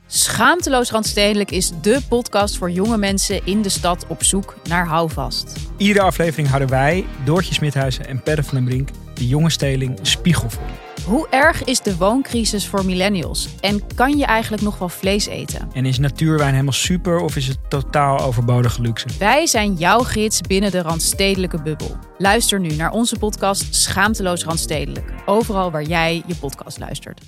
Schaamteloos Randstedelijk is dé podcast voor jonge mensen in de stad op zoek naar houvast. Iedere aflevering houden wij, Doortje Smithuizen en Perre van den Brink, de jonge steling spiegel voor. Hoe erg is de wooncrisis voor millennials? En kan je eigenlijk nog wel vlees eten? En is natuurwijn helemaal super of is het totaal overbodige luxe? Wij zijn jouw gids binnen de Randstedelijke bubbel. Luister nu naar onze podcast Schaamteloos Randstedelijk. Overal waar jij je podcast luistert.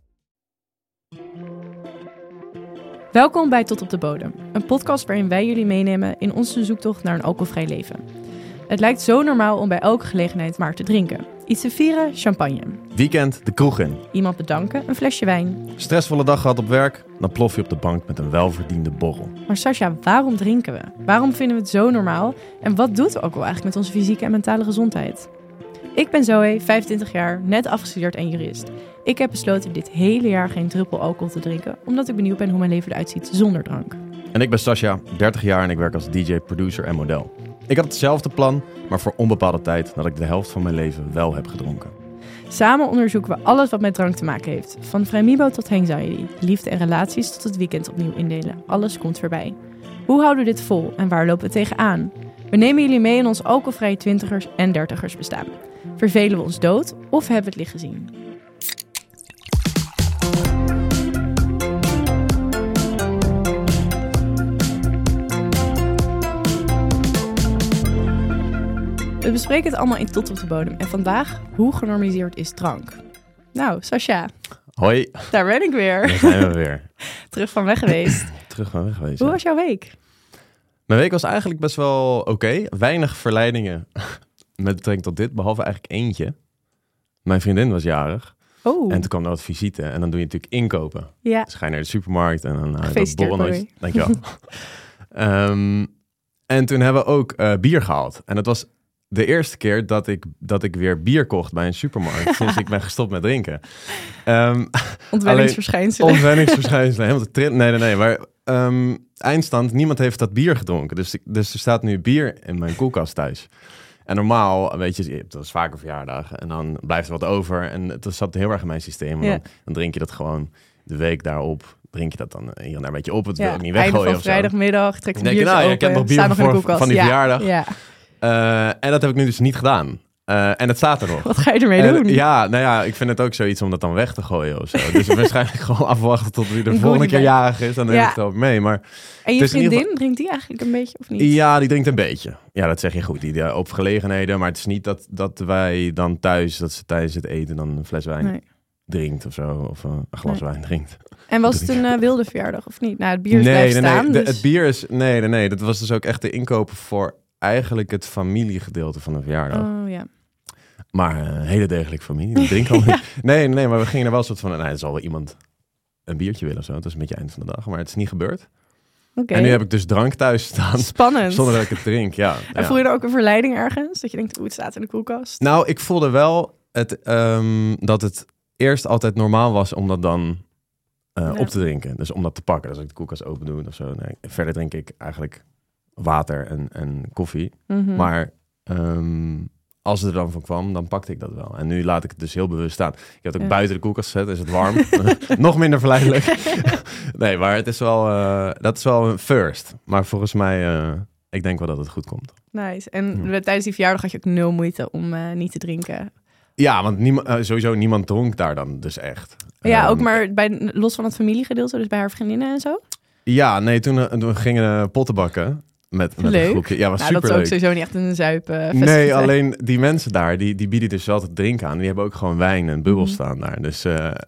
Welkom bij Tot op de Bodem, een podcast waarin wij jullie meenemen in onze zoektocht naar een alcoholvrij leven. Het lijkt zo normaal om bij elke gelegenheid maar te drinken. Iets te vieren, champagne. Weekend, de kroeg in. Iemand bedanken, een flesje wijn. Stressvolle dag gehad op werk, dan plof je op de bank met een welverdiende borrel. Maar Sascha, waarom drinken we? Waarom vinden we het zo normaal? En wat doet alcohol eigenlijk met onze fysieke en mentale gezondheid? Ik ben Zoe, 25 jaar, net afgestudeerd en jurist. Ik heb besloten dit hele jaar geen druppel alcohol te drinken, omdat ik benieuwd ben hoe mijn leven eruit ziet zonder drank. En ik ben Sascha, 30 jaar en ik werk als DJ, producer en model. Ik had hetzelfde plan, maar voor onbepaalde tijd nadat ik de helft van mijn leven wel heb gedronken. Samen onderzoeken we alles wat met drank te maken heeft. Van vrijmibo tot anxiety, liefde en relaties tot het weekend opnieuw indelen. Alles komt voorbij. Hoe houden we dit vol en waar lopen we tegenaan? We nemen jullie mee in ons alcoholvrije 20ers en 30ers bestaan. Vervelen we ons dood of hebben we het licht gezien? We bespreken het allemaal in Tot op de Bodem. En vandaag, hoe genormaliseerd is drank? Nou, Sascha. Hoi. Daar ben ik weer. Daar zijn we weer. Terug van weg geweest. Hoe Hoe was jouw week? Mijn week was eigenlijk best wel oké. Weinig verleidingen met betrekking tot dit, behalve eigenlijk eentje. Mijn vriendin was jarig. Oh. En toen kwam er wat visite. En dan doe je natuurlijk inkopen. Ja. Dus ga je naar de supermarkt en dan Gefeliciteerd, nooit. Dankjewel. En toen hebben we ook bier gehaald. En dat was de eerste keer dat ik weer bier kocht bij een supermarkt sinds ik ben gestopt met drinken. Ontwenningsverschijnselen. Helemaal te trillen. Nee. Maar eindstand, niemand heeft dat bier gedronken. Dus er staat nu bier in mijn koelkast thuis. En normaal, weet je, het was vaker verjaardagen. En dan blijft er wat over. En het zat heel erg in mijn systeem. Ja. Dan drink je dat gewoon de week daarop. Drink je dat dan hier en daar een beetje op. Het wil ik niet einde weggooien van of zo. vrijdagmiddag, trek de Dan denk je, biertje nou, ik heb nog open, bier staat nog in de voor, koelkast. van die verjaardag. Ja. En dat heb ik nu dus niet gedaan. En het staat er nog. Wat ga je ermee doen? Ja, nou ja, ik vind het ook zoiets om dat dan weg te gooien of zo. Dus waarschijnlijk gewoon afwachten tot wie de volgende keer jarig is. Dan neem ik het ook mee. Maar en je vriendin, drinkt die eigenlijk een beetje of niet? Ja, die drinkt een beetje. Ja, dat zeg je goed. Die op gelegenheden. Maar het is niet dat wij dan thuis, dat ze tijdens het eten dan een fles wijn drinkt of zo. Of een glas wijn drinkt. En was het een wilde verjaardag of niet? Nou, het bier is blijft staan. Nee, dus... het bier is... Nee. Dat was dus ook echt de inkopen voor eigenlijk het familiegedeelte van de verjaardag. Oh, ja. Maar een hele degelijke familie. Die drinken al niet. Nee, maar we gingen er wel soort van... Nou, er zal wel iemand een biertje willen of zo. Het is een beetje eind van de dag. Maar het is niet gebeurd. Okay. En nu heb ik dus drank thuis staan. Spannend. Zonder dat ik het drink, ja. En voel je er ook een verleiding ergens? Dat je denkt, het staat in de koelkast? Nou, ik voelde wel dat het eerst altijd normaal was om dat dan op te drinken. Dus om dat te pakken. Dus als ik de koelkast open doe of zo. Nee, verder drink ik eigenlijk water en koffie. Mm-hmm. Maar als het er dan van kwam, dan pakte ik dat wel. En nu laat ik het dus heel bewust staan. Ik heb het ook buiten de koelkast gezet, is het warm. Nog minder verleidelijk. Nee, maar het is wel, dat is wel een first. Maar volgens mij, ik denk wel dat het goed komt. Nice. En tijdens die verjaardag had je ook 0 moeite om niet te drinken. Ja, want sowieso niemand dronk daar dan dus echt. Ja, ook maar los van het familiegedeelte, dus bij haar vriendinnen en zo? Ja, nee, toen gingen we potten bakken. Met een groepje. Ja, was superleuk. Dat is ook sowieso niet echt een zuipen. Nee, alleen die mensen daar, die bieden dus wel het drinken aan. Die hebben ook gewoon wijn en bubbels staan daar. Dus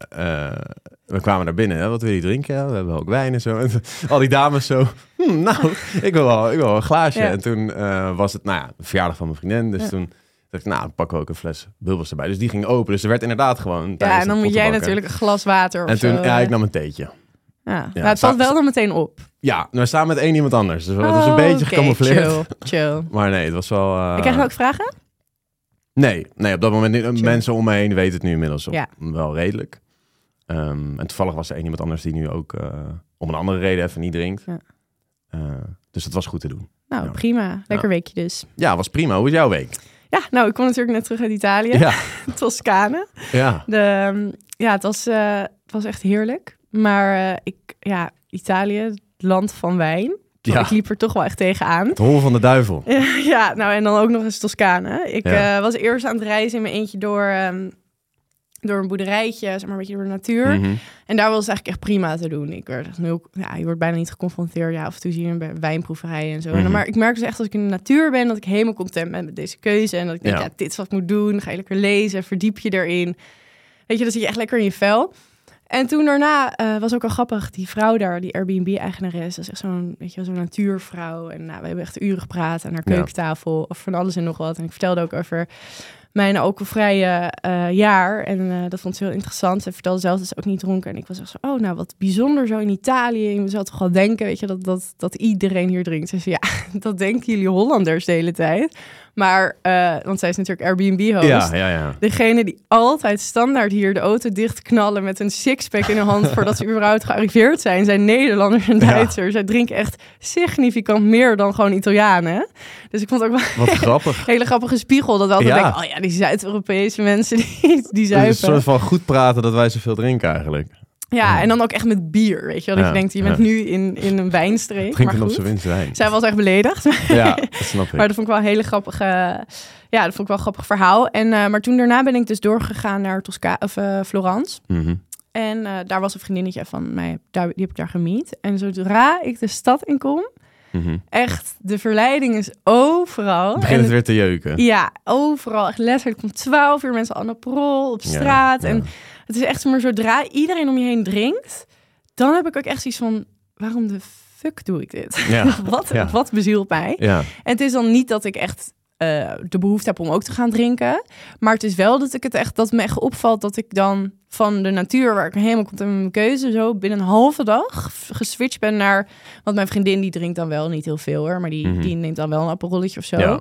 we kwamen daar binnen. Hè? Wat wil je drinken? Ja, we hebben ook wijn en zo. En al die dames zo, nou, ik wil wel een glaasje. Ja. En toen was het, de verjaardag van mijn vriendin. Dus toen dacht ik, dan pakken we ook een fles bubbels erbij. Dus die ging open. Dus er werd inderdaad gewoon... Ja, en dan moet jij natuurlijk een glas water of zo. En toen, ik nam een theetje. Ja. Nou, het valt wel dan meteen op. Ja, we staan met 1 iemand anders. Dus het was een beetje gecamoufleerd. Chill. Maar nee, het was wel... Ik krijg je ook vragen? Nee, op dat moment niet. Mensen om me heen weten het nu inmiddels wel redelijk. En toevallig was er 1 iemand anders die nu ook om een andere reden even niet drinkt. Ja. Dus dat was goed te doen. Nou, prima. Lekker weekje dus. Ja, was prima. Hoe is jouw week? Ja, nou, ik kom natuurlijk net terug uit Italië. Ja. Toscane. Ja. Het was echt heerlijk. Maar Italië, het land van wijn. Ja. Ik liep er toch wel echt tegenaan. Het hol van de duivel. Ja, nou en dan ook nog eens Toscane. Ik was eerst aan het reizen in mijn eentje door een boerderijtje, zeg maar een beetje door de natuur. Mhm. En daar was het eigenlijk echt prima te doen. Ik werd echt je wordt bijna niet geconfronteerd. Ja, af en toe zie je bij wijnproeverijen en zo. Mhm. Maar ik merk dus echt als ik in de natuur ben, dat ik helemaal content ben met deze keuze. En dat ik denk, dit is wat ik moet doen. Dan ga je lekker lezen, verdiep je erin. Weet je, dan zit je echt lekker in je vel. En toen daarna was ook al grappig, die vrouw daar, die Airbnb-eigenares, dat is echt zo'n natuurvrouw. En we hebben echt uren gepraat aan haar keukentafel of van alles en nog wat. En ik vertelde ook over mijn alcoholvrije jaar. En dat vond ze heel interessant. Ze vertelde zelf dat ze ook niet dronken. En ik was echt zo, wat bijzonder zo in Italië. Je zou toch wel denken, weet je, dat iedereen hier drinkt. Ze zei, dat denken jullie Hollanders de hele tijd. Maar, want zij is natuurlijk Airbnb-host. Ja. Degene die altijd standaard hier de auto dichtknallen met een sixpack in de hand voordat ze überhaupt gearriveerd zijn Nederlanders en Duitsers. Zij drinken echt significant meer dan gewoon Italianen. Dus ik vond ook wel wat grappig. een hele grappige spiegel. Dat we altijd denken, die Zuid-Europese mensen die zuipen. Dus een soort van goed praten dat wij zoveel drinken eigenlijk. Ja, en dan ook echt met bier, weet je wel. Dat je denkt, je bent nu in een wijnstreek. Drinken op zijn winst wijn. Zij was echt beledigd. Ja, dat snap ik. Maar dat vond ik wel een hele grappige... dat vond ik wel een grappig verhaal. En, maar toen daarna ben ik dus doorgegaan naar Florence. Mm-hmm. En daar was een vriendinnetje van mij, die heb ik daar gemiet. En zodra ik de stad in kom, echt, de verleiding is overal. Begint het weer te jeuken. Ja, overal. Echt letterlijk om 12 uur mensen Anaprol op straat. Ja. En het is echt maar zodra iedereen om je heen drinkt, dan heb ik ook echt zoiets van, waarom de fuck doe ik dit? Ja. Wat bezielt mij? Ja. En het is dan niet dat ik echt de behoefte heb om ook te gaan drinken. Maar het is wel dat me echt opvalt dat ik dan van de natuur, waar ik helemaal komt in mijn keuze, zo binnen een halve dag geswitcht ben naar, want mijn vriendin die drinkt dan wel niet heel veel hoor, maar die neemt dan wel een aperolletje of zo. Ja.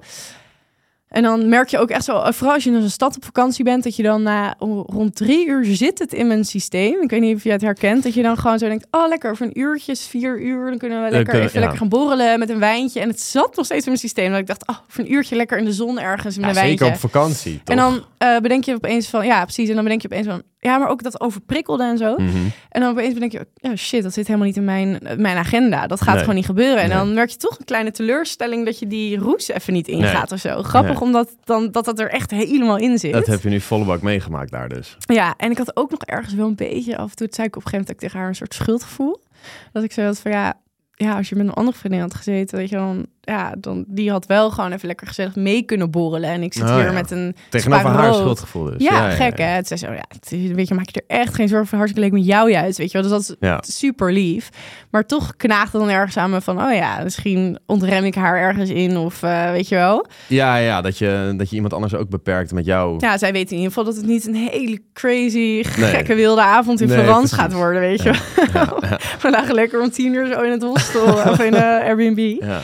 En dan merk je ook echt zo, vooral als je in een stad op vakantie bent, dat je dan rond 3 uur zit het in mijn systeem. Ik weet niet of je het herkent, dat je dan gewoon zo denkt, lekker, over een uurtje, 4 uur, dan kunnen we lekker gaan borrelen met een wijntje. En het zat nog steeds in mijn systeem, dat ik dacht, voor een uurtje lekker in de zon ergens met een wijntje. Zeker op vakantie, toch? En dan bedenk je opeens van, ja precies, en dan bedenk je opeens van, ja, maar ook dat overprikkelde en zo. Mm-hmm. En dan opeens bedenk je, shit, dat zit helemaal niet in mijn agenda. Dat gaat gewoon niet gebeuren. En dan merk je toch een kleine teleurstelling dat je die roes even niet ingaat of zo. Grappig, omdat dat er echt helemaal in zit. Dat heb je nu volle bak meegemaakt daar dus. Ja, en ik had ook nog ergens wel een beetje, af en toe zei ik op een gegeven moment tegen haar een soort schuldgevoel. Dat ik zo had van, als je met een andere vriendin had gezeten, weet je dan die had wel gewoon even lekker gezellig mee kunnen borrelen. En ik zit hier met een tegenover haar schuldgevoel dus. Ja, gek hè. Het zei zo, weet je, maak je er echt geen zorgen voor, hartstikke leuk met jou juist, weet je wel. Dus dat is super lief. Maar toch knaagde dan ergens aan me van, misschien ontrem ik haar ergens in of weet je wel. Ja, dat je iemand anders ook beperkt met jou. Ja, zij weet in ieder geval dat het niet een hele crazy, gekke wilde avond in Florence gaat worden, weet je wel. We lagen lekker om 10 uur zo in het hostel of in de Airbnb. Ja.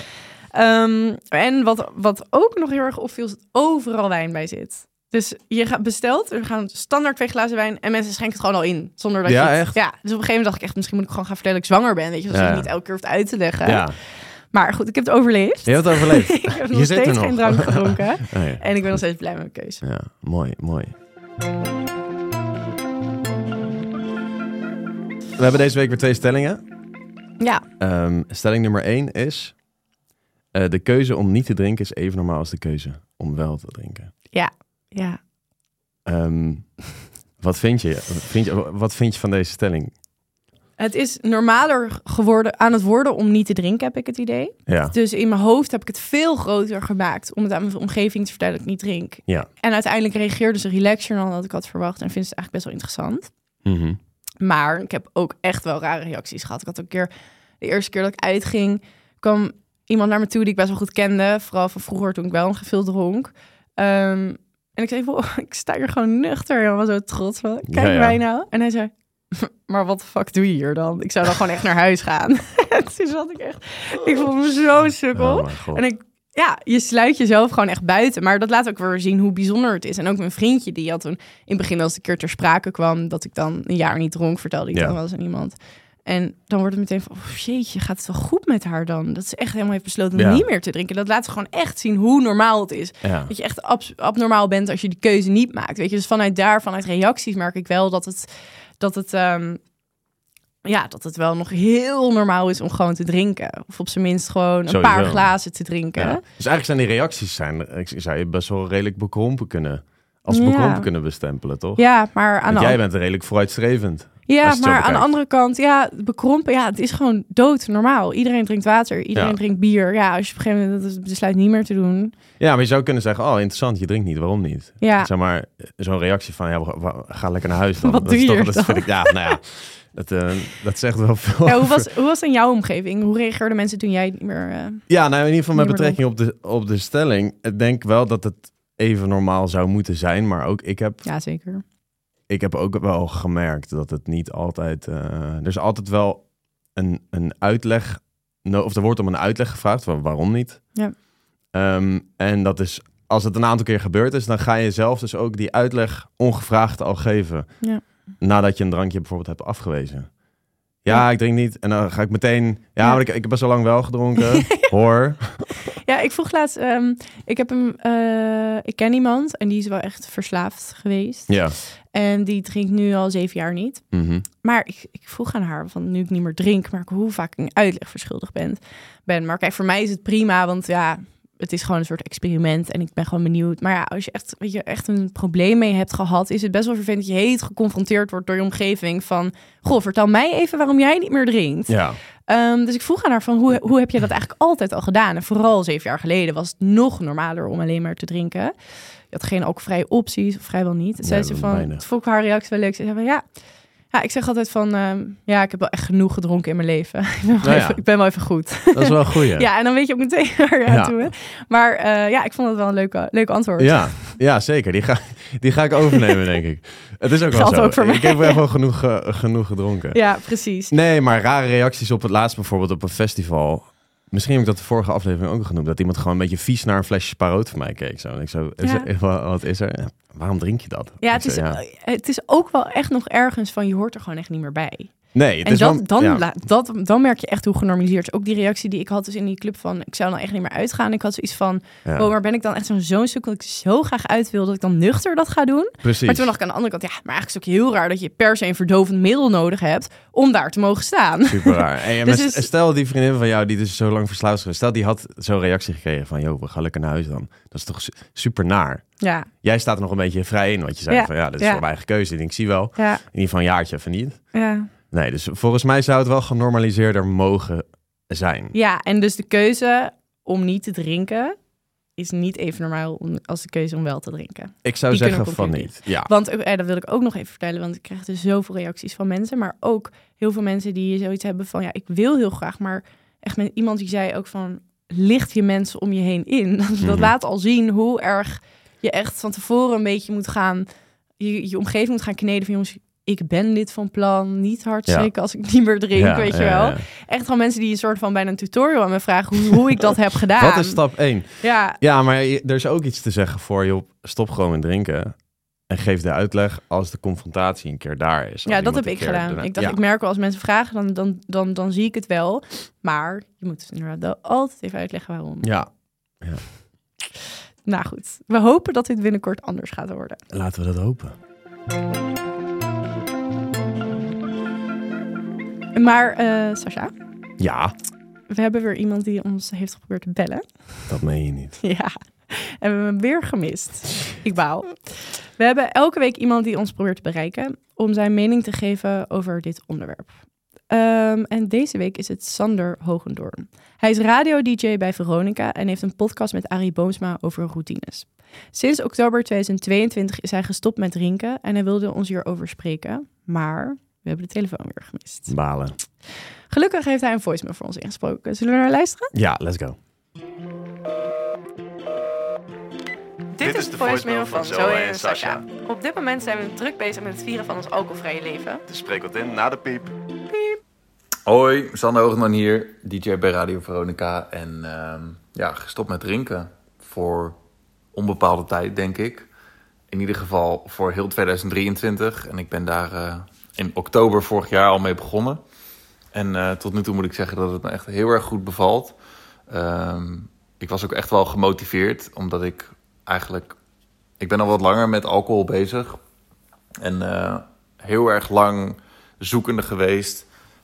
En wat ook nog heel erg opviel, is dat overal wijn bij zit. Dus je gaat besteld, er gaan standaard 2 glazen wijn en mensen schenken het gewoon al in. Zonder dat echt? Ja, dus op een gegeven moment dacht ik echt, misschien moet ik gewoon gaan vertellen dat ik zwanger ben. Weet je, dat je niet elke keer hoeft uit te leggen. Ja. Maar goed, ik heb het overleefd. Je hebt het overleefd. Ik heb nog steeds geen drank gedronken. En ik ben nog steeds blij met mijn keuze. Ja, mooi. We hebben deze week weer 2 stellingen. Ja. Stelling nummer 1 is, de keuze om niet te drinken is even normaal als de keuze om wel te drinken. Ja. Wat vind je van deze stelling? Het is normaler aan het worden om niet te drinken, heb ik het idee. Ja. Dus in mijn hoofd heb ik het veel groter gemaakt om het aan mijn omgeving te vertellen dat ik niet drink. Ja. En uiteindelijk reageerde ze relaxer dan dat ik had verwacht en vind ze het eigenlijk best wel interessant. Mm-hmm. Maar ik heb ook echt wel rare reacties gehad. Ik had ook een keer, de eerste keer dat ik uitging, kwam iemand naar me toe die ik best wel goed kende. Vooral van vroeger toen ik wel nog veel dronk. En ik zei, ik sta hier gewoon nuchter. En was zo trots van, kijk mij nou. En hij zei, maar wat de fuck doe je hier dan? Ik zou dan gewoon echt naar huis gaan. Toen zat ik echt, ik vond me zo sukkel. En je sluit jezelf gewoon echt buiten. Maar dat laat ook weer zien hoe bijzonder het is. En ook mijn vriendje, die had toen in het begin als een keer ter sprake kwam dat ik dan een jaar niet dronk, vertelde ik dan wel eens aan iemand. En dan wordt het meteen van, jeetje, gaat het wel goed met haar dan? Dat ze echt helemaal heeft besloten om niet meer te drinken. Dat laat gewoon echt zien hoe normaal het is. Ja. Dat je echt abnormaal bent als je die keuze niet maakt. Weet je, dus vanuit reacties merk ik wel dat het ja, dat het wel nog heel normaal is om gewoon te drinken. Of op zijn minst gewoon een Sowieso. paar glazen te drinken. Ja. Dus eigenlijk zijn die reacties zou je best wel redelijk bekrompen kunnen bestempelen, toch? Ja, maar Want jij bent redelijk vooruitstrevend. Ja, Als je het zo maar aan de bekijkt. andere kant, ja, bekrompen, ja, het is gewoon doodnormaal. Iedereen drinkt water, iedereen drinkt bier. Ja, als je op een gegeven moment dat besluit niet meer te doen. Ja, maar je zou kunnen zeggen, interessant, je drinkt niet, waarom niet? Ja. Zeg maar, zo'n reactie van, ga lekker naar huis dan. Wat dat is doe je toch, er dat dan? vind ik, dat zegt wel veel. Ja, hoe was in jouw omgeving? Hoe reageerden mensen toen jij niet meer... Ja, nou in ieder geval met Niet meer betrekking op de stelling. Ik denk wel dat het even normaal zou moeten zijn, maar ook Ja, zeker. ik heb ook wel gemerkt dat het niet altijd... er is altijd wel een uitleg... of er wordt om een uitleg gevraagd, waarom niet. Ja. En dat is... Als het een aantal keer gebeurd is, dan ga je zelf dus ook die uitleg ongevraagd al geven. Ja. Nadat je een drankje bijvoorbeeld hebt afgewezen. Ja, ik drink niet. En dan ga ik meteen... Ja, maar ik heb best wel lang wel gedronken. Hoor. Ja, ik vroeg laatst... ik ken iemand en die is wel echt verslaafd geweest. Ja. En die drinkt nu al 7 jaar niet. Mhm. Maar ik vroeg aan haar, van nu ik niet meer drink, maar hoe vaak ik een uitleg verschuldigd ben. Maar kijk, voor mij is het prima, want ja, het is gewoon een soort experiment en ik ben gewoon benieuwd. Maar ja, als je echt een probleem mee hebt gehad, is het best wel vervelend dat je heet geconfronteerd wordt door je omgeving van, goh, vertel mij even waarom jij niet meer drinkt. Ja. Dus ik vroeg aan haar van, hoe heb je dat eigenlijk altijd al gedaan? En vooral 7 jaar geleden was het nog normaler om alleen maar te drinken. Je had geen alcoholvrije opties, of vrijwel niet. Toen zei ze van, het vond ik haar reactie wel leuk. Ze zei van, ja, ik zeg altijd van, ik heb wel echt genoeg gedronken in mijn leven. Ik ben wel even goed. Dat is wel een goeie. Ja, en dan weet je ook meteen waar je aan toe bent. Maar ik vond het wel een leuk antwoord. Ja, zeker. Die ga ik overnemen, denk ik. Het is ook wel zo. Ook voor mij. Ik heb echt wel genoeg gedronken. Ja, precies. Nee, maar rare reacties op het laatst bijvoorbeeld op een festival. Misschien heb ik dat de vorige aflevering ook genoemd. Dat iemand gewoon een beetje vies naar een flesje Sparoot van mij keek. Zo. En ik zo, wat is er? Ja, waarom drink je dat? Ja, het is ook wel echt nog ergens van, je hoort er gewoon echt niet meer bij. Nee, het en is dan merk je echt hoe genormaliseerd. Ook die reactie die ik had dus in die club van, ik zou dan echt niet meer uitgaan. Ik had zoiets van, maar ben ik dan echt zo'n stuk dat ik zo graag uit wil dat ik dan nuchter dat ga doen? Precies. Maar toen dacht ik aan de andere kant, maar eigenlijk is het ook heel raar dat je per se een verdovend middel nodig hebt om daar te mogen staan. Super raar. En stel die vriendin van jou die dus zo lang verslaafd is geweest, stel die had zo'n reactie gekregen van, we gaan lekker naar huis dan. Dat is toch super naar. Ja. Jij staat er nog een beetje vrij in, wat je zei van, dit is voor mijn eigen keuze. En ik zie wel, in ieder geval een jaartje even niet. Ja. Nee, dus volgens mij zou het wel genormaliseerder mogen zijn. Ja, en dus de keuze om niet te drinken is niet even normaal als de keuze om wel te drinken. Ik zou zeggen van niet. Ja. Want dat wil ik ook nog even vertellen, want ik krijg dus zoveel reacties van mensen, maar ook heel veel mensen die zoiets hebben van, ik wil heel graag, maar echt met iemand die zei ook van, licht je mensen om je heen in. Dat laat al zien hoe erg je echt van tevoren een beetje moet gaan, je omgeving moet gaan kneden van, jongens, ik ben dit van plan, niet hard schrikken als ik niet meer drink, weet je wel. Echt gewoon mensen die een soort van bijna een tutorial aan me vragen hoe ik dat heb gedaan. Wat is stap 1? Ja, maar er is ook iets te zeggen voor, joh, stop gewoon met drinken en geef de uitleg als de confrontatie een keer daar is. Ja, dat heb ik gedaan. Ik dacht, ik merk wel als mensen vragen, dan zie ik het wel. Maar je moet inderdaad wel altijd even uitleggen waarom. Ja. Nou goed, we hopen dat dit binnenkort anders gaat worden. Laten we dat hopen. Maar Sascha? Ja? We hebben weer iemand die ons heeft geprobeerd te bellen. Dat meen je niet. Ja, en we hebben hem weer gemist. Ik baal. We hebben elke week iemand die ons probeert te bereiken om zijn mening te geven over dit onderwerp. En deze week is het Sander Hogendoorn. Hij is radio-dj bij Veronica en heeft een podcast met Arie Boomsma over routines. Sinds oktober 2022 is hij gestopt met drinken en hij wilde ons hierover spreken, maar we hebben de telefoon weer gemist. Balen. Gelukkig heeft hij een voicemail voor ons ingesproken. Zullen we naar luisteren? Ja, let's go. Dit is de voicemail van Zoe en Sascha. Op dit moment zijn we druk bezig met het vieren van ons alcoholvrije leven. Dus spreek wat in na de piep. Piep. Hoi, Sander Hogendoorn hier, DJ bij Radio Veronica. En gestopt met drinken voor onbepaalde tijd, denk ik. In ieder geval voor heel 2023. En ik ben daar in oktober vorig jaar al mee begonnen. En tot nu toe moet ik zeggen dat het me echt heel erg goed bevalt. Ik was ook echt wel gemotiveerd, omdat ik ben al wat langer met alcohol bezig. En heel erg lang zoekende geweest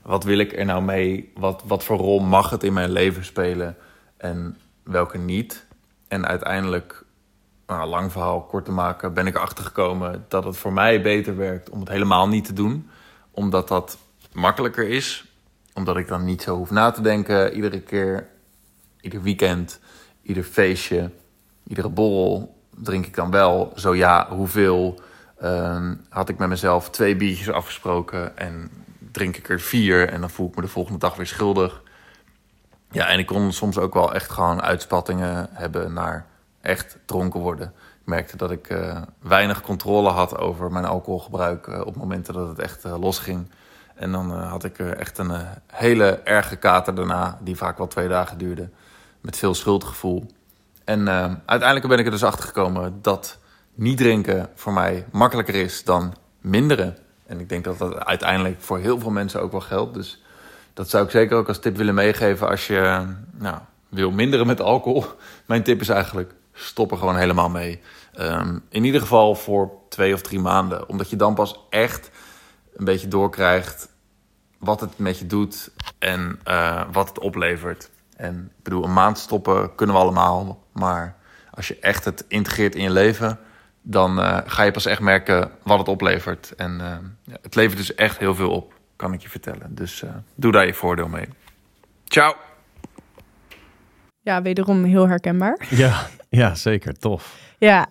Wat wil ik er nou mee? Wat voor rol mag het in mijn leven spelen? En welke niet? En uiteindelijk, lang verhaal kort te maken, ben ik erachter gekomen dat het voor mij beter werkt om het helemaal niet te doen. Omdat dat makkelijker is. Omdat ik dan niet zo hoef na te denken. Iedere keer, ieder weekend, ieder feestje, iedere borrel drink ik dan wel. Zo ja, hoeveel? Had ik met mezelf 2 biertjes afgesproken en drink ik er 4 en dan voel ik me de volgende dag weer schuldig. Ja, en ik kon soms ook wel echt gewoon uitspattingen hebben naar echt dronken worden. Ik merkte dat ik weinig controle had over mijn alcoholgebruik op momenten dat het echt losging. En dan had ik echt een hele erge kater daarna, die vaak wel 2 dagen duurde, met veel schuldgevoel. En uiteindelijk ben ik er dus achter gekomen dat niet drinken voor mij makkelijker is dan minderen. En ik denk dat dat uiteindelijk voor heel veel mensen ook wel geldt. Dus dat zou ik zeker ook als tip willen meegeven als je wil minderen met alcohol. Mijn tip is eigenlijk, stop er gewoon helemaal mee. In ieder geval voor 2 of 3 maanden. Omdat je dan pas echt een beetje doorkrijgt wat het met je doet en wat het oplevert. En ik bedoel, een maand stoppen kunnen we allemaal. Maar als je echt het integreert in je leven, dan ga je pas echt merken wat het oplevert. En het levert dus echt heel veel op, kan ik je vertellen. Dus doe daar je voordeel mee. Ciao! Ja, wederom heel herkenbaar. Ja, zeker. Tof. Ja.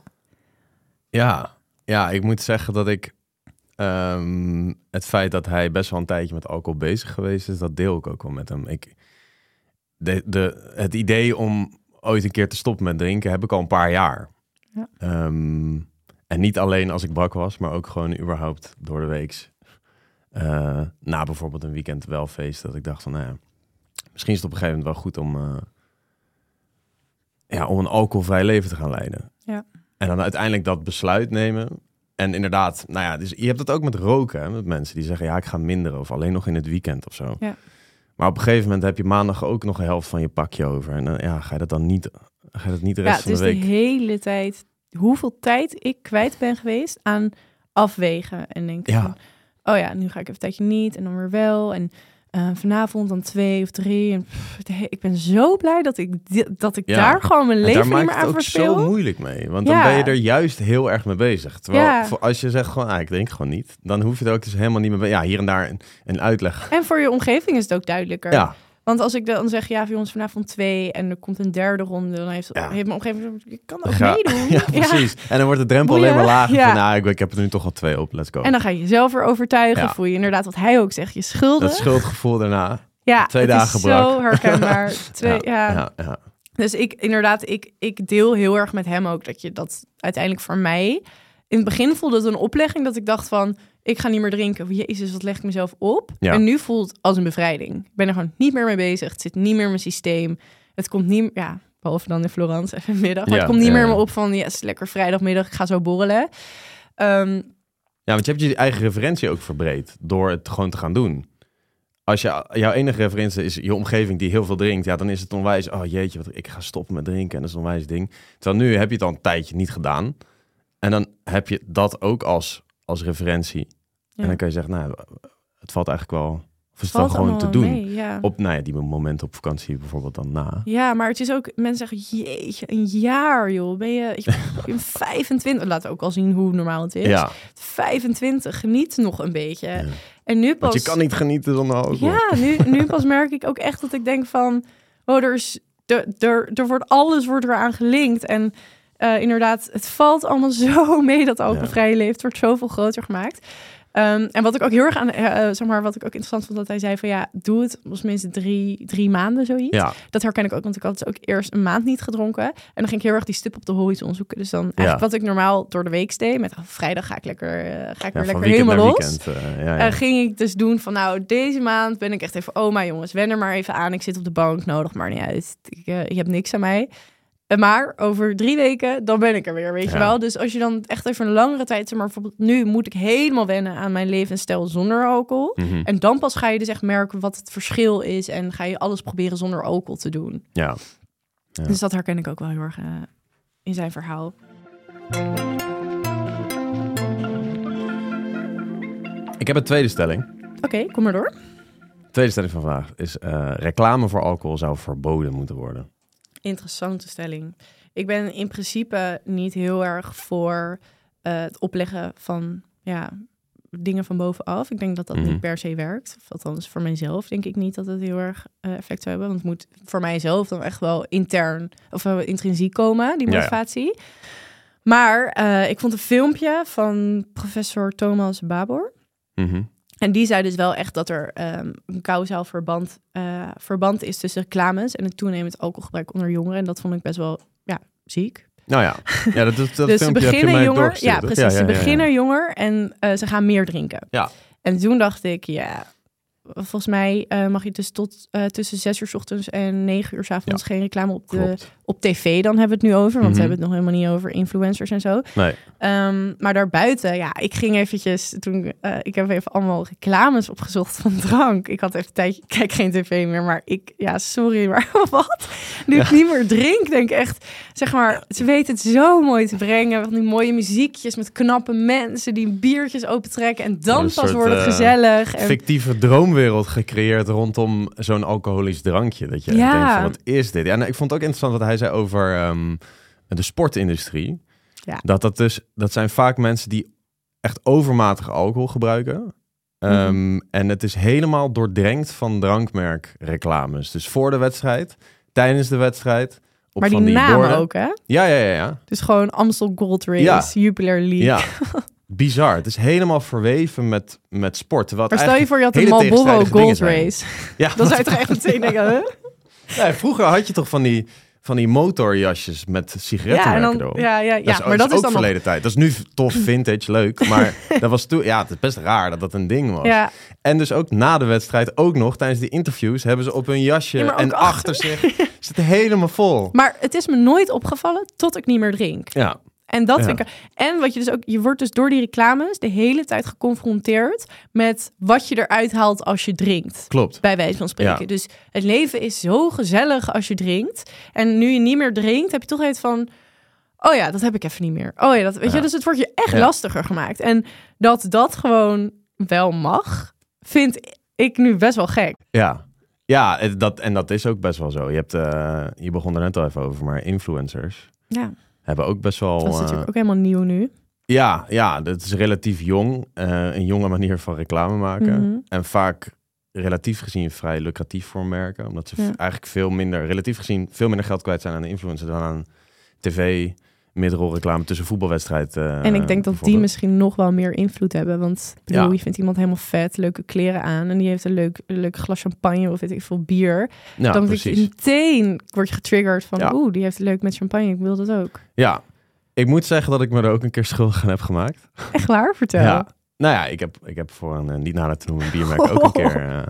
Ja, ik moet zeggen dat ik het feit dat hij best wel een tijdje met alcohol bezig geweest is, dat deel ik ook wel met hem. Het idee om ooit een keer te stoppen met drinken heb ik al een paar jaar. Ja. En niet alleen als ik brak was, maar ook gewoon überhaupt door de weeks. Na bijvoorbeeld een weekend wel feest, dat ik dacht van, misschien is het op een gegeven moment wel goed om een alcoholvrij leven te gaan leiden. Ja. En dan uiteindelijk dat besluit nemen. En inderdaad, dus je hebt het ook met roken, hè, met mensen die zeggen, ik ga minderen of alleen nog in het weekend of zo. Ja. Maar op een gegeven moment heb je maandag ook nog een helft van je pakje over. En dan ga je dat dan niet, de rest van de week. Het is de hele tijd, hoeveel tijd ik kwijt ben geweest aan afwegen. En denken van, nu ga ik even een tijdje niet en dan weer wel. En vanavond dan 2 of 3. En ik ben zo blij dat ik daar gewoon mijn leven niet meer aan verspil. Daar maakt het ook zo moeilijk mee. Want dan ben je er juist heel erg mee bezig. Terwijl als je zegt gewoon, ik drink gewoon niet, dan hoef je er ook dus helemaal niet mee bezig. Ja, hier en daar een uitleg. En voor je omgeving is het ook duidelijker. Ja. Want als ik dan zeg, jongens, vanavond 2 en er komt een 3e ronde, dan heeft mijn omgeving, ik kan ook meedoen. Ja, precies. En dan wordt de drempel alleen maar lager. Ja. Van, ik heb er nu toch al 2 op, let's go. En dan ga je jezelf weer overtuigen. Voel je inderdaad wat hij ook zegt, je schuldig. Dat schuldgevoel daarna. 2 dagen gebruikt. Zo herkenbaar. Dus ik deel heel erg met hem ook dat uiteindelijk voor mij, in het begin voelde het een oplegging dat ik dacht van, ik ga niet meer drinken. Jezus, wat leg ik mezelf op? Ja. En nu voelt het als een bevrijding. Ik ben er gewoon niet meer mee bezig. Het zit niet meer in mijn systeem. Het komt niet meer, behalve dan in Florence even middag. Maar het komt niet meer me op van, lekker vrijdagmiddag, ik ga zo borrelen. Want je hebt je eigen referentie ook verbreed door het gewoon te gaan doen. Als jouw enige referentie is je omgeving die heel veel drinkt, dan is het onwijs, ik ga stoppen met drinken en dat is een onwijs ding. Terwijl nu heb je het al een tijdje niet gedaan. En dan heb je dat ook als referentie. Ja. En dan kan je zeggen, het valt eigenlijk wel, of is het dan gewoon te doen. Mee, op die momenten op vakantie bijvoorbeeld dan na. Ja, maar het is ook, mensen zeggen, jeetje, een jaar joh. Ben je 25, laat ook al zien hoe normaal het is. Ja. 25, geniet nog een beetje. Ja. En nu pas, want je kan niet genieten zonder alcohol. Ja, nu pas merk ik ook echt dat ik denk van, er wordt alles eraan gelinkt. En inderdaad, het valt allemaal zo mee dat alcoholvrije leven. Het wordt zoveel groter gemaakt. En wat ik ook heel erg wat ik ook interessant vond, dat hij zei van doe het op tenminste 3 maanden zoiets. Ja. Dat herken ik ook, want ik had dus ook eerst een maand niet gedronken. En dan ging ik heel erg die stip op de horizon zoeken. Dus dan eigenlijk wat ik normaal door de week deed, met vrijdag ga ik weer lekker helemaal los. Ging ik dus doen van deze maand ben ik echt even, maar jongens, wen er maar even aan. Ik zit op de bank, nodig maar niet uit. Je hebt niks aan mij. Maar over 3 weken, dan ben ik er weer, weet je wel. Dus als je dan echt even een langere tijd, maar bijvoorbeeld nu moet ik helemaal wennen aan mijn levensstijl zonder alcohol. Mm-hmm. En dan pas ga je dus echt merken wat het verschil is en ga je alles proberen zonder alcohol te doen. Ja. Dus dat herken ik ook wel heel erg in zijn verhaal. Ik heb een tweede stelling. Oké, kom maar door. Tweede stelling van vandaag is... reclame voor alcohol zou verboden moeten worden. Interessante stelling. Ik ben in principe niet heel erg voor het opleggen van dingen van bovenaf. Ik denk dat dat niet per se werkt. Of althans, voor mijzelf denk ik niet dat het heel erg effect zou hebben. Want het moet voor mijzelf dan echt wel intrinsiek komen, die motivatie. Ja. Maar ik vond een filmpje van professor Thomas Babor. Mm-hmm. En die zei dus wel echt dat er een kausaal verband is tussen reclames en het toenemend alcoholgebruik onder jongeren. En dat vond ik best wel ziek. Nou ja, dat dus filmpje ze beginnen jonger. Ja, precies. Ze beginnen jonger en ze gaan meer drinken. Ja. En toen dacht ik, volgens mij mag je dus tot tussen 6 uur 's ochtends en 9 uur 's avonds geen reclame op tv. Dan hebben we het nu over, want we hebben het nog helemaal niet over influencers en zo. Nee. Maar daarbuiten, ik ging eventjes, ik heb even allemaal reclames opgezocht van drank. Ik had even een tijdje, kijk geen tv meer, maar sorry, maar wat? Nu ik niet meer drink, denk ik echt, zeg maar, ze weten het zo mooi te brengen. Van die mooie muziekjes met knappe mensen die biertjes opentrekken en dan pas wordt het gezellig. Fictieve droomwereld gecreëerd rondom zo'n alcoholisch drankje. Dat je denkt van, wat is dit? Ja, ik vond het ook interessant wat hij zei over de sportindustrie. Ja. Dat zijn vaak mensen die echt overmatig alcohol gebruiken. En het is helemaal doordrenkt van drankmerkreclames. Dus voor de wedstrijd, tijdens de wedstrijd. Maar die namen borden. Ook, hè? Ja. Dus gewoon Amstel Gold Race, Jupiler League. Ja. Bizar. Het is helemaal verweven met sport. Maar stel je voor, je had een Marlboro Gold Race. Ja, dan zou je toch echt meteen denken, hè? Ja, vroeger had je toch van die motorjasjes met sigarettenmerken erop. Maar dat is ook dan verleden tijd. Dat is nu tof, vintage, leuk. Maar dat was toen, het is best raar dat een ding was. Ja. En dus ook na de wedstrijd, ook nog tijdens die interviews, hebben ze op hun jasje en achter zich zit helemaal vol. Maar het is me nooit opgevallen tot ik niet meer drink. Ja. En dat vind ik. En wat je dus ook, je wordt dus door die reclames de hele tijd geconfronteerd met wat je eruit haalt als je drinkt. Klopt. Bij wijze van spreken. Ja. Dus het leven is zo gezellig als je drinkt. En nu je niet meer drinkt, heb je toch het van, oh ja, dat heb ik even niet meer. Oh ja, dat weet je. Dus het wordt je echt lastiger gemaakt. En dat gewoon wel mag, vind ik nu best wel gek. Ja. Ja, dat is ook best wel zo. Je begon er net al even over, maar influencers. Ja. Hebben ook best wel... Dat is natuurlijk ook helemaal nieuw nu. Ja, dat is relatief jong. Een jonge manier van reclame maken. Mm-hmm. En vaak relatief gezien vrij lucratief voor merken. Omdat ze eigenlijk relatief gezien veel minder geld kwijt zijn aan de influencer dan aan tv, midrolreclame tussen voetbalwedstrijd. En ik denk dat die misschien nog wel meer invloed hebben. Want je vindt iemand helemaal vet, leuke kleren aan. En die heeft een leuk glas champagne of weet ik veel bier. Ja, dan precies. Meteen word je getriggerd van, die heeft het leuk met champagne. Ik wil dat ook. Ja, ik moet zeggen dat ik me er ook een keer schuldig aan heb gemaakt. Echt waar? Vertel. Ja. Nou ja, ik heb voor een niet nader te noemen biermerk ook een keer...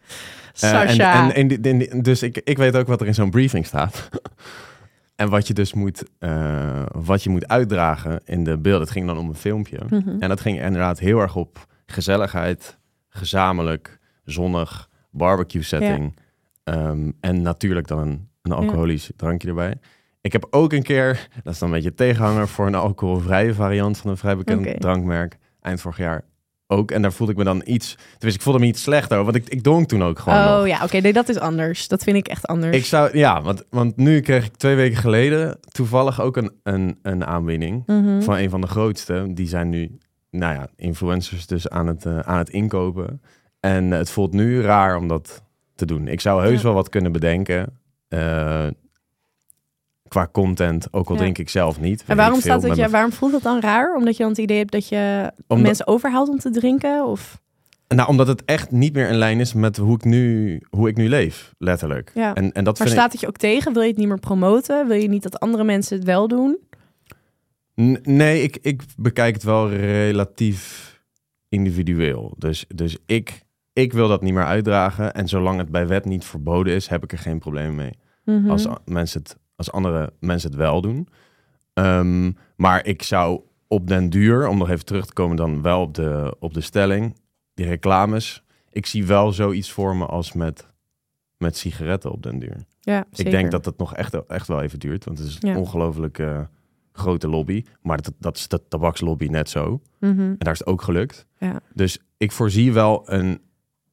Sasha. Dus ik weet ook wat er in zo'n briefing staat. En wat je dus moet uitdragen in de beelden. Het ging dan om een filmpje. Mm-hmm. En dat ging inderdaad heel erg op gezelligheid, gezamenlijk, zonnig, barbecue setting. Ja. En natuurlijk dan een alcoholisch drankje erbij. Ik heb ook een keer, dat is dan een beetje tegenhanger voor een alcoholvrije variant van een vrij bekend drankmerk. Eind vorig jaar ook. En daar voelde ik me dan iets... Dus ik voelde me iets slechter, want ik dronk toen ook gewoon nog. Ja, oké. Nee, dat is anders. Dat vind ik echt anders. Want nu kreeg ik 2 weken geleden toevallig ook een aanbieding van een van de grootste. Die zijn nu, influencers dus aan het inkopen. En het voelt nu raar om dat te doen. Ik zou heus wel wat kunnen bedenken. Qua content, ook al drink ik zelf niet. En waarom voelt dat dan raar? Omdat je dan het idee hebt dat je mensen overhaalt om te drinken? Of? Nou, omdat het echt niet meer in lijn is met hoe ik nu leef, letterlijk. Ja. En dat maar staat het je ook tegen? Wil je het niet meer promoten? Wil je niet dat andere mensen het wel doen? Nee, ik bekijk het wel relatief individueel. Dus ik wil dat niet meer uitdragen. En zolang het bij wet niet verboden is, heb ik er geen probleem mee. Mm-hmm. Als andere mensen het wel doen. Maar ik zou op den duur, om nog even terug te komen dan wel op de stelling, die reclames. Ik zie wel zoiets voor me als met sigaretten op den duur. Ja, zeker. Ik denk dat het nog echt wel even duurt. Want het is een ongelooflijk grote lobby. Maar dat is de tabakslobby net zo. Mm-hmm. En daar is het ook gelukt. Ja. Dus ik voorzie wel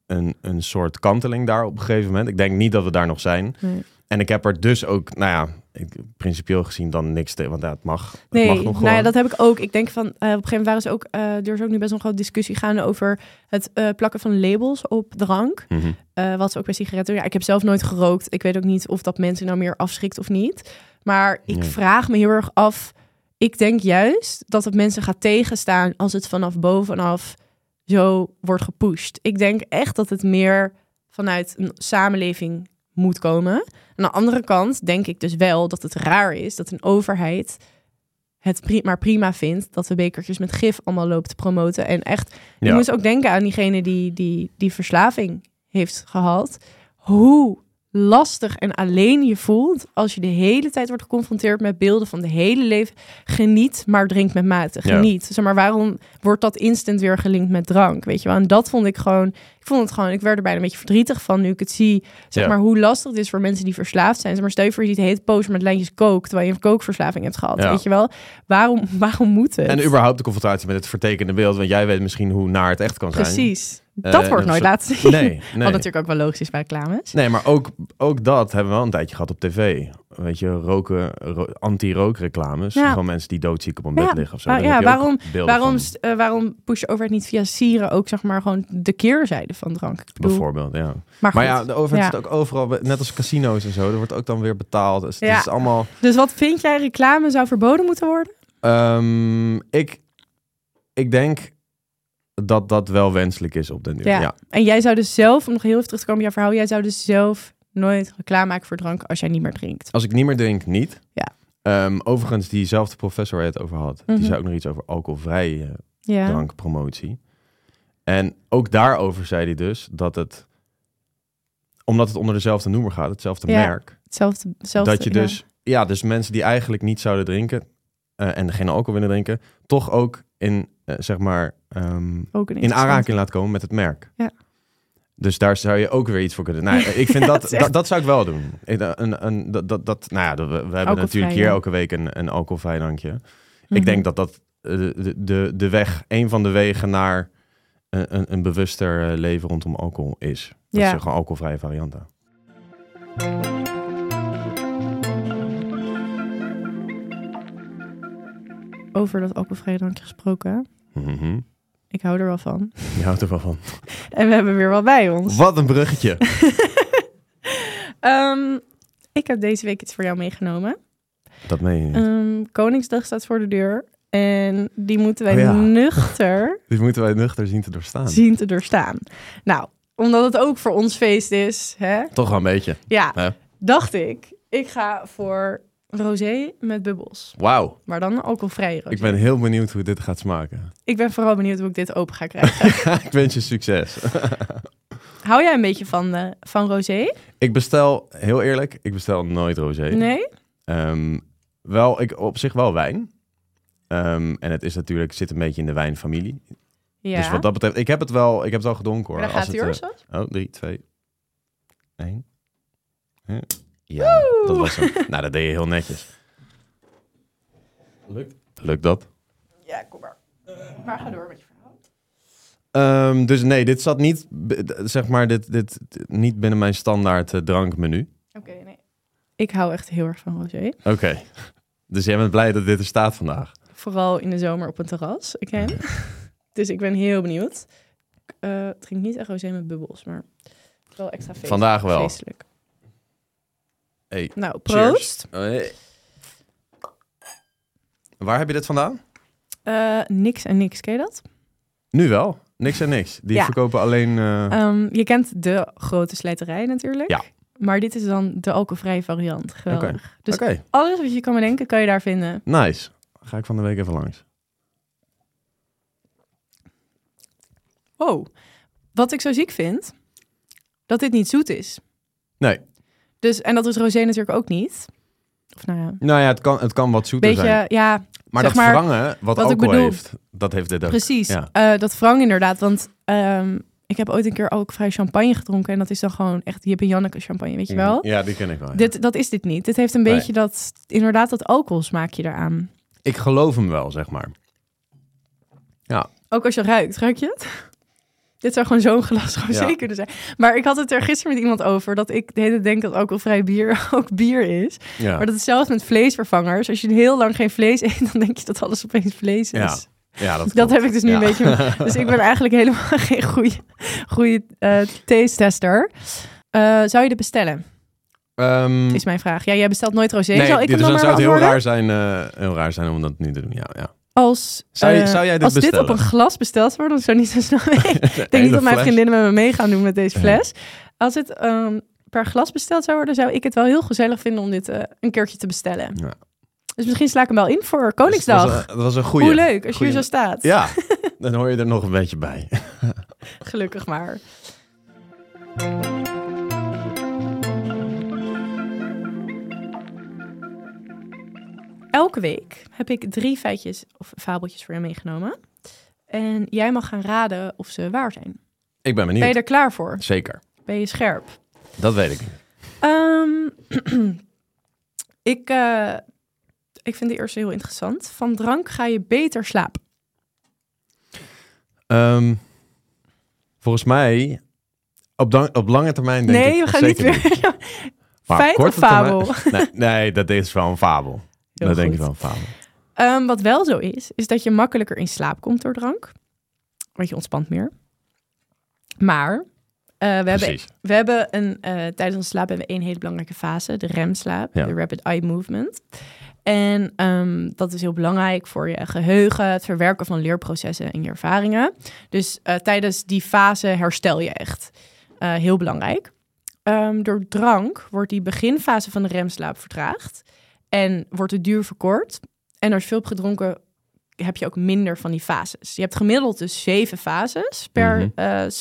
een soort kanteling daar op een gegeven moment. Ik denk niet dat we daar nog zijn. Nee. En ik heb er dus ook, principieel gezien dan niks tegen. Want het mag. Nee, het mag nog gewoon. nou ja, dat heb ik ook. Ik denk van, op een gegeven moment waren ze ook, er is ook nu best wel een grote discussie gaande over het plakken van labels op drank. Mhm. Wat ze ook bij sigaretten. Ja, ik heb zelf nooit gerookt. Ik weet ook niet of dat mensen nou meer afschrikt of niet. Maar ik vraag me heel erg af. Ik denk juist dat het mensen gaat tegenstaan als het vanaf bovenaf zo wordt gepusht. Ik denk echt dat het meer vanuit een samenleving moet komen. Aan de andere kant denk ik dus wel dat het raar is dat een overheid het maar prima vindt dat we bekertjes met gif allemaal lopen te promoten. En echt, je moet ook denken aan diegene die verslaving heeft gehad. Hoe lastig en alleen je voelt als je de hele tijd wordt geconfronteerd met beelden van de hele leven. Geniet, maar drink met mate. Geniet. Zeg maar, waarom wordt dat instant weer gelinkt met drank? Weet je wel? En dat vond ik gewoon. Ik werd er bijna een beetje verdrietig van nu ik het zie. Zeg maar hoe lastig het is voor mensen die verslaafd zijn. Zeg maar, stel je voor je ziet heet poster met lijntjes coke, terwijl je een kookverslaving hebt gehad. Weet je wel? Waarom moet het? En überhaupt de confrontatie met het vertekende beeld, want jij weet misschien hoe naar het echt kan zijn. Precies. Dat wordt nooit laten zien. Nee. Wat natuurlijk ook wel logisch is bij reclames. Nee, maar ook dat hebben we wel een tijdje gehad op tv. Weet je, anti-rookreclames. Gewoon mensen die doodziek op een bed liggen of zo. Waarom push je overheid niet via sieren ook zeg maar gewoon de keerzijde van drank? Bijvoorbeeld, ja. Maar ja, de overheid zit ook overal, net als casino's en zo. Er wordt ook dan weer betaald. Dus het is allemaal. Dus wat vind jij reclame zou verboden moeten worden? Ik denk dat wel wenselijk is op den duur. Ja. En jij zou dus zelf, om nog heel even terug te komen op jouw verhaal, jij zou dus zelf nooit reclame maken voor drank als jij niet meer drinkt? Als ik niet meer drink, niet. Ja. Overigens, diezelfde professor waar je het over had, die zei ook nog iets over alcoholvrije drankpromotie. En ook daarover zei hij dus dat het, omdat het onder dezelfde noemer gaat, hetzelfde merk. Hetzelfde, dat je dus, dus mensen die eigenlijk niet zouden drinken en geen alcohol willen drinken, toch ook in, in aanraking laat komen met het merk. Ja. Dus daar zou je ook weer iets voor kunnen. Nou, ik vind dat zou ik wel doen. We hebben natuurlijk hier elke week een alcoholvrij drankje. Mm-hmm. Ik denk dat de weg, een van de wegen naar een bewuster leven rondom alcohol is. Dat is gewoon alcoholvrije varianten. Over dat alcoholvrije drankje gesproken. Mm-hmm. Ik hou er wel van. Je houdt er wel van. En we hebben weer wel bij ons. Wat een bruggetje. Ik heb deze week iets voor jou meegenomen. Dat meen je niet. Koningsdag staat voor de deur. En die moeten wij nuchter... Die moeten wij nuchter zien te doorstaan. Nou, omdat het ook voor ons feest is. Hè? Toch wel een beetje. Ja, dacht ik ga voor rosé met bubbels. Wauw. Maar dan alcoholvrij rosé. Ik ben heel benieuwd hoe dit gaat smaken. Ik ben vooral benieuwd hoe ik dit open ga krijgen. Ik wens je succes. Hou jij een beetje van rosé? Ik bestel nooit rosé. Nee? Op zich wel wijn. En het is natuurlijk, zit een beetje in de wijnfamilie. Ja. Dus wat dat betreft, ik heb het wel gedronken hoor. Maar dan gaat hij hoor, 3, 2, 1. Ja, dat was hem. Nou, dat deed je heel netjes. Lukt dat? Ja, kom maar. Maar ga door met je verhaal. Dus nee, dit zat niet, dit niet binnen mijn standaard drankmenu. Oké, nee. Ik hou echt heel erg van rosé. Oké. Dus jij bent blij dat dit er staat vandaag? Vooral in de zomer op een terras, Dus ik ben heel benieuwd. Het ging niet echt rosé met bubbels, maar wel extra feestelijk. Vandaag wel. Feestelijk. Hey, nou, proost. Hey. Waar heb je dit vandaan? Niks en Niks, ken je dat? Nu wel. Niks en Niks. Die verkopen alleen... je kent de grote slijterij natuurlijk. Ja. Maar dit is dan de alcoholvrije variant. Geweldig. Okay. Dus alles wat je kan bedenken, kan je daar vinden. Nice. Ga ik van de week even langs. Wow. Wat ik zo ziek vind, dat dit niet zoet is. Nee. Dus, en dat is rosé natuurlijk ook niet. Of nou ja, het kan wat zoeter zijn. Ja, maar dat wrangen, wat alcohol heeft, dat heeft dit ook. Precies. Ja. Dat wrang inderdaad, want... ik heb ooit een keer alcoholvrij champagne gedronken. En dat is dan gewoon echt Jip en Janneke champagne, weet je wel? Ja, die ken ik wel. Ja. Dat is dit niet. Dit heeft een beetje dat alcoholsmaakje eraan. Ik geloof hem wel, zeg maar. Ja. Ook als je ruikt je het? Dit zou gewoon zo'n glas rosé Ja. kunnen zijn. Maar ik had het er gisteren met iemand over... dat ik de hele tijd denk dat alcoholvrij bier ook bier is. Ja. Maar dat is zelfs met vleesvervangers. Als je heel lang geen vlees eet... dan denk je dat alles opeens vlees is. Ja. Ja, Dat klopt. heb ik dus nu een beetje... Dus ik ben eigenlijk helemaal geen goede taste-tester. Zou je dit bestellen? Is mijn vraag. Ja, jij bestelt nooit rosé. Nee, Zal ik hem dus dan dan maar zou het beantwoorden? heel raar zijn om dat nu te doen. Ja. Als, Zou jij dit als dit bestellen? op een glas besteld wordt, dan zou niet zo snel mee. Ik denk niet dat mijn vriendinnen met me mee gaan doen met deze fles. Als het per glas besteld zou worden, zou ik het wel heel gezellig vinden om dit een keertje te bestellen. Ja. Dus misschien sla ik hem wel in voor Koningsdag. Dat was een goeie. Hoe leuk, als je hier zo staat. Ja, dan hoor je er nog een beetje bij. Gelukkig maar. Elke week heb ik 3 feitjes of fabeltjes voor je meegenomen. En jij mag gaan raden of ze waar zijn. Ik ben benieuwd. Ben je er klaar voor? Zeker. Ben je scherp? Dat weet ik. Ik vind de eerste heel interessant. Van drank ga je beter slapen. Volgens mij, op lange termijn denk ik... Nee, we gaan niet zeker weer... Maar Feit of korte termijn- fabel? Nee, dat is wel een fabel. Heel dat denk ik goed. wel een fabel. Wat wel zo is dat je makkelijker in slaap komt door drank. Want je ontspant meer. Maar we hebben tijdens onze slaap hebben we 1 hele belangrijke fase. De remslaap, Ja. de rapid eye movement. En dat is heel belangrijk voor je geheugen, het verwerken van leerprocessen en je ervaringen. Dus tijdens die fase herstel je echt. Heel belangrijk. Door drank wordt die beginfase van de remslaap vertraagd. En wordt de duur verkort. En als je veel hebt gedronken, heb je ook minder van die fases. Je hebt gemiddeld dus 7 fases per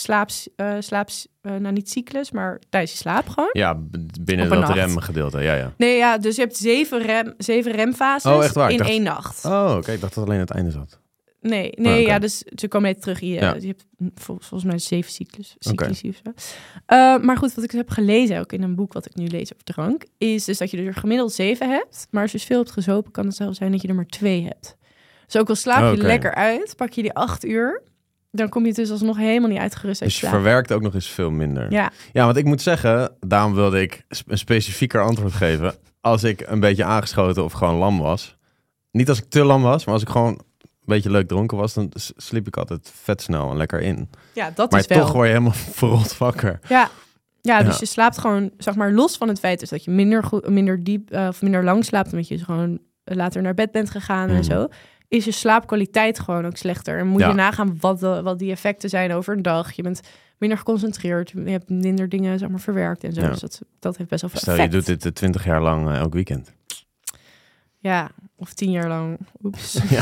nou niet cyclus, maar tijdens je slaap gewoon. Ja, binnen Op een dat nacht. remgedeelte. Ja. Nee, ja, dus je hebt 7 remfases Oh, echt waar? Ik in dacht- 1 nacht. Oh, oké. Ik dacht dat het alleen aan het einde zat. Nee, oké. ja, dus ze komen net terug. Je hebt volgens mij 7 cyclussen of zo. Maar goed, wat ik heb gelezen, ook in een boek wat ik nu lees over drank, is dus dat je er gemiddeld 7 hebt. Maar als je dus veel hebt gezopen, kan het zelfs zijn dat je er maar 2 hebt. Dus ook al slaap je Oké. lekker uit, pak je die 8 uur, dan kom je dus alsnog helemaal niet uitgerust uit Dus je slaap. verwerkt ook nog eens veel minder. Ja, Ja, want ik moet zeggen, daarom wilde ik een specifieker antwoord geven. Als ik een beetje aangeschoten of gewoon lam was. Niet als ik te lam was, maar als ik gewoon een beetje leuk dronken was, dan sliep ik altijd vet snel en lekker in. ja, dat Maar is wel. toch word je helemaal verrot wakker. Ja, dus Ja. je slaapt gewoon, zeg maar, los van het feit dus dat je minder diep of minder lang slaapt, omdat je dus gewoon later naar bed bent gegaan en zo, is je slaapkwaliteit gewoon ook slechter. En moet je nagaan wat die effecten zijn over een dag. Je bent minder geconcentreerd, je hebt minder dingen, zeg maar, verwerkt en zo. Ja. Dus dat heeft best wel veel Stel, je effect. doet dit 20 jaar lang elk weekend. Ja, of 10 jaar lang. Oeps. Ja.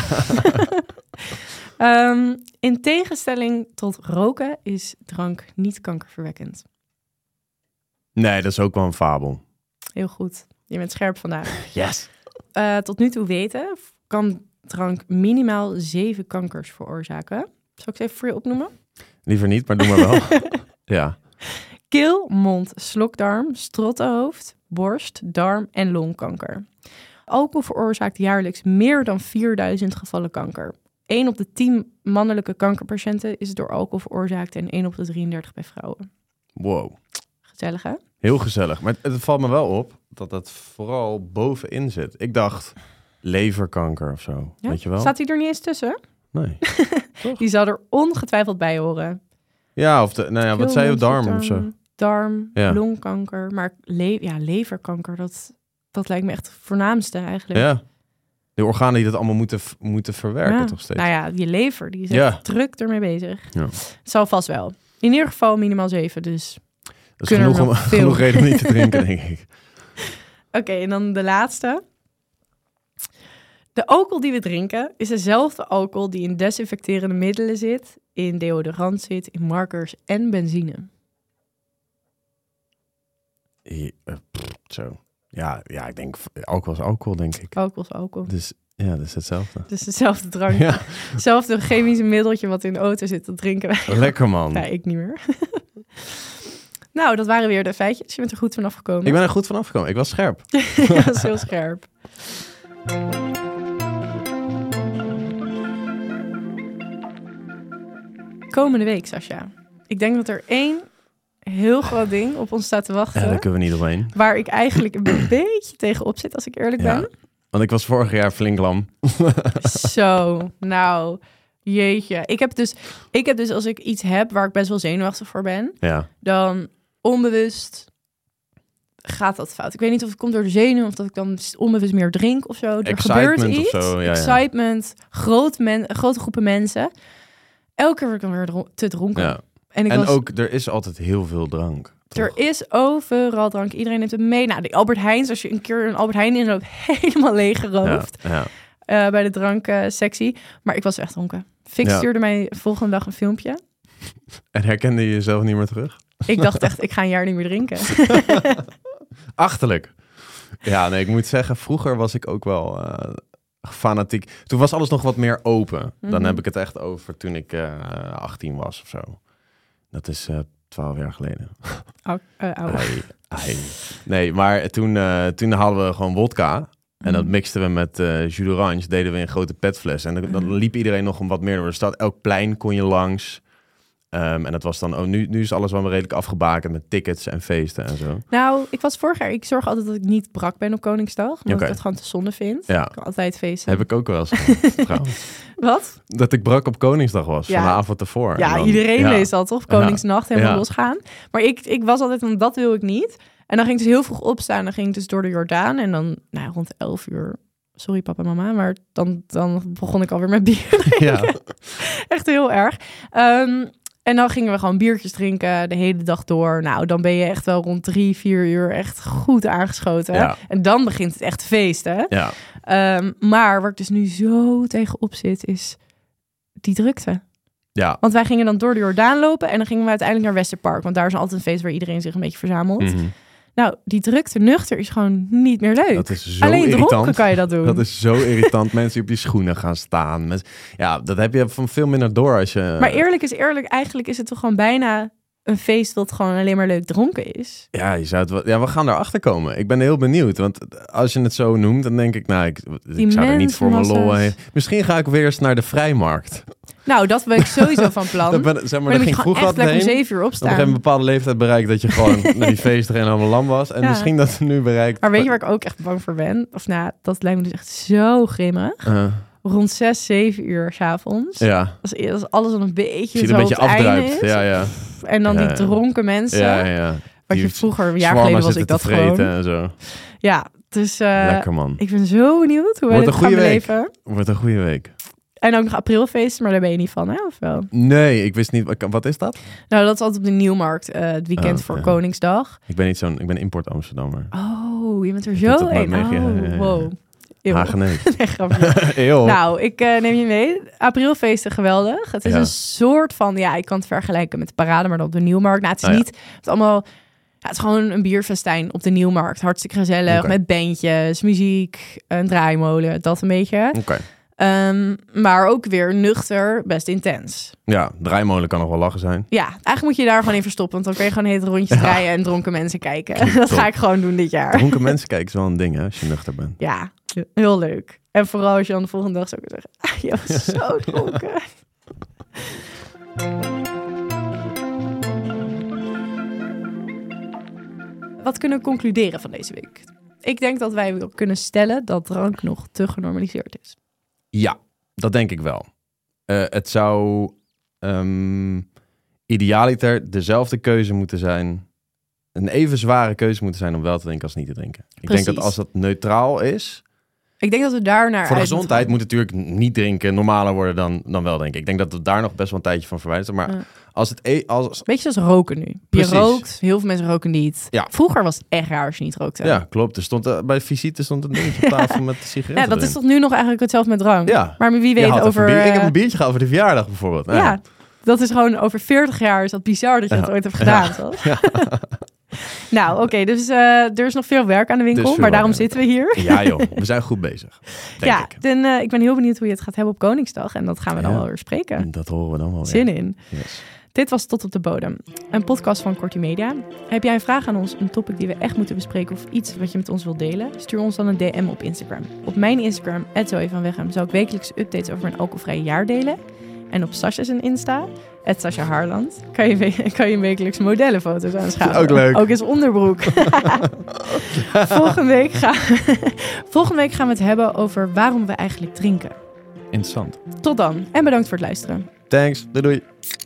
In tegenstelling tot roken is drank niet kankerverwekkend. Nee, dat is ook wel een fabel. Heel goed. Je bent scherp vandaag. Yes. Tot nu toe weten kan drank minimaal 7 kankers veroorzaken. Zal ik ze even voor je opnoemen? Liever niet, maar doe maar wel. Ja. Keel, mond, slokdarm, strottenhoofd, borst, darm en longkanker. Alcohol veroorzaakt jaarlijks meer dan 4000 gevallen kanker. 1 op de 10 mannelijke kankerpatiënten is door alcohol veroorzaakt en 1 op de 33 bij vrouwen. Wow. Gezellig, hè? Heel gezellig. Maar het valt me wel op dat dat vooral bovenin zit. Ik dacht leverkanker of zo. Ja? Weet je wel? Staat hij er niet eens tussen? Nee. Die zal er ongetwijfeld bij horen. Ja, of wat zei je? Keel, mond, Darm of zo? Darm, Ja. longkanker. Maar leverkanker, dat lijkt me echt het voornaamste eigenlijk. Ja. De organen die dat allemaal moeten verwerken Ja. toch steeds. Nou ja, je lever, die is Ja. echt druk ermee bezig. Ja. Het zal vast wel. In ieder geval minimaal 7, dus... Dat is kunnen er genoeg, nog veel. genoeg reden om niet te drinken, denk ik. Oké, en dan de laatste. De alcohol die we drinken is dezelfde alcohol die in desinfecterende middelen zit, in deodorant zit, in markers en benzine. Zo. Ja, ik denk alcohol is alcohol, denk ik. Alcohol is alcohol. Dus ja, dat is hetzelfde. Dus hetzelfde drank. Ja, Hetzelfde chemische middeltje wat in de auto zit, dat drinken wij. lekker man. Nee, ik niet meer. Nou, dat waren weer de feitjes. Je bent er goed vanaf gekomen. Ik ben er goed vanaf gekomen. Ik was scherp. Dat is heel scherp. Komende week, Sascha, Ik denk dat er 1 heel groot ding op ons staat te wachten. Ja, daar kunnen we niet omheen. Waar ik eigenlijk een beetje tegenop zit, als ik eerlijk ben. Want ik was vorig jaar flink lam. Zo, nou, jeetje. Ik heb dus als ik iets heb waar ik best wel zenuwachtig voor ben, dan onbewust gaat dat fout. Ik weet niet of het komt door de zenuw of dat ik dan onbewust meer drink of zo. Er gebeurt iets. Of zo. Excitement, grote groepen mensen. Elke keer word ik dan weer te dronken. Ja. En ook, er is altijd heel veel drank. Toch? Er is overal drank. Iedereen neemt het mee. Nou, de Albert Heijns, als je een keer een Albert Heijn inloopt, helemaal leeggeroofd. Bij de dranksectie. Maar ik was echt dronken. Fik stuurde mij volgende dag een filmpje. En herkende je jezelf niet meer terug? Ik dacht echt, ik ga een jaar niet meer drinken. Achterlijk. Ja, nee, ik moet zeggen, vroeger was ik ook wel fanatiek. Toen was alles nog wat meer open. Dan heb ik het echt over toen ik 18 was of zo. Dat is 12 jaar geleden. Nee, maar toen hadden we gewoon wodka. En dat mixten we met jus d'orange. Deden we in grote petfles. En dan liep iedereen nog wat meer door de stad. Elk plein kon je langs. En dat was dan... nu is alles wel redelijk afgebakend met tickets en feesten en zo. Nou, ik was vorig jaar... Ik zorg altijd dat ik niet brak ben op Koningsdag. Omdat ik het gewoon te zonde vind. Ja. Ik kan altijd feesten. Heb ik ook wel eens gehad, trouwens. Wat? Dat ik brak op Koningsdag was, van de avond ervoor. Ja, iedereen leest al toch? Koningsnacht helemaal losgaan. Maar ik was altijd van, dat wil ik niet. En dan ging ik dus heel vroeg opstaan. Dan ging ik dus door de Jordaan. En dan rond 11 uur... Sorry papa en mama, maar dan begon ik alweer met bier. Ja. Echt heel erg. En dan gingen we gewoon biertjes drinken de hele dag door. Nou, dan ben je echt wel rond 3-4 uur echt goed aangeschoten. Ja. En dan begint het echt te feesten. Ja. Maar waar ik dus nu zo tegenop zit, is die drukte. Ja. Want wij gingen dan door de Jordaan lopen en dan gingen we uiteindelijk naar Westerpark. Want daar is altijd een feest waar iedereen zich een beetje verzamelt. Mm-hmm. Nou, die drukte nuchter is gewoon niet meer leuk. Dat is zo alleen irritant. Dronken kan je dat doen. Dat is zo irritant. Mensen die op je schoenen gaan staan. Ja, dat heb je van veel minder door als je... Maar eerlijk is eerlijk. Eigenlijk is het toch gewoon bijna een feest dat gewoon alleen maar leuk dronken is. Ja, je zou het wel... Ja, we gaan erachter komen. Ik ben heel benieuwd. Want als je het zo noemt, dan denk ik... Nou, ik zou er niet voor mijn lol heen. Misschien ga ik weer eens naar de Vrijmarkt. Nou, dat ben ik sowieso van plan. Maar dan ging vroeger echt lekker om 7 uur opstaan. Dan heb je een bepaalde leeftijd bereikt dat je gewoon naar die feesten en allemaal lam was. En misschien dat we nu bereikt. Maar weet je waar ik ook echt bang voor ben? Of dat lijkt me dus echt zo grimmig. Rond 6-7 uur 's avonds. Ja. Als alles dan een beetje zo afdruipt. Ja. En dan die dronken mensen. Ja. Wat je vroeger, een jaar geleden was ik dat gewoon. En zo. Ja, dus lekker man. Ik ben zo benieuwd hoe wij dit gaan beleven. Wordt een goede week. En ook nog aprilfeest, maar daar ben je niet van, hè? Of wel? Nee, ik wist niet. Wat is dat? Nou, dat is altijd op de Nieuwmarkt, het weekend voor Koningsdag. Ik ben import Amsterdammer. Oh, je bent er zo een. Wow. Hagenees. Nee, nou, ik neem je mee. Aprilfeesten, geweldig. Het is een soort van, ik kan het vergelijken met de parade, maar dan op de Nieuwmarkt. Nou, het is niet, het allemaal... Ja, het is gewoon een bierfestijn op de Nieuwmarkt. Hartstikke gezellig, met bandjes, muziek, een draaimolen, dat een beetje. Oké. Maar ook weer nuchter, best intens. Ja, draaimolen kan nog wel lachen zijn. Ja, eigenlijk moet je daar gewoon in verstoppen. Want dan kun je gewoon hele rondjes draaien en dronken mensen kijken. Dat ga ik gewoon doen dit jaar. Dronken mensen kijken is wel een ding, hè, als je nuchter bent. Ja, heel leuk. En vooral als je dan de volgende dag zou kunnen zeggen... je was zo dronken. Wat kunnen we concluderen van deze week? Ik denk dat wij kunnen stellen dat drank nog te genormaliseerd is. Ja, dat denk ik wel. Het zou idealiter dezelfde keuze moeten zijn. Een even zware keuze moeten zijn om wel te drinken als niet te drinken. Ik denk dat als dat neutraal is... Ik denk dat we daar naar... Voor de gezondheid moet natuurlijk niet drinken normaler worden dan wel drinken. Ik denk dat we daar nog best wel een tijdje van verwijderd zijn. Maar als het... Beetje zoals roken nu. Precies. Je rookt, heel veel mensen roken niet. Ja. Vroeger was het echt raar als je niet rookte. Ja, klopt. Er stond, bij visite stond een dingetje op tafel met sigaretten. Ja, dat is toch nu nog eigenlijk hetzelfde met drank? Ja. Maar wie weet over... Ik heb een biertje gehad voor de verjaardag bijvoorbeeld. Ja, dat is gewoon over 40 jaar is dat bizar dat je dat ooit hebt gedaan. Ja. Nou, oké, dus er is nog veel werk aan de winkel, maar daarom zitten we hier. Ja joh, we zijn goed bezig. Ik ben heel benieuwd hoe je het gaat hebben op Koningsdag en dat gaan we dan wel weer spreken. Dat horen we dan wel weer. Zin in. Yes. Dit was Tot op de Bodem, een podcast van Kortie Media. Heb jij een vraag aan ons, een topic die we echt moeten bespreken of iets wat je met ons wilt delen? Stuur ons dan een DM op Instagram. Op mijn Instagram, @zoevanweghem, zou ik wekelijks updates over mijn alcoholvrije jaar delen. En op Sascha's Insta, @Sascha Harland, kan je wekelijks modellenfoto's aanschouwen. Ook leuk. Ook eens onderbroek. Volgende week gaan we het hebben over waarom we eigenlijk drinken. Interessant. Tot dan en bedankt voor het luisteren. Thanks. Doei.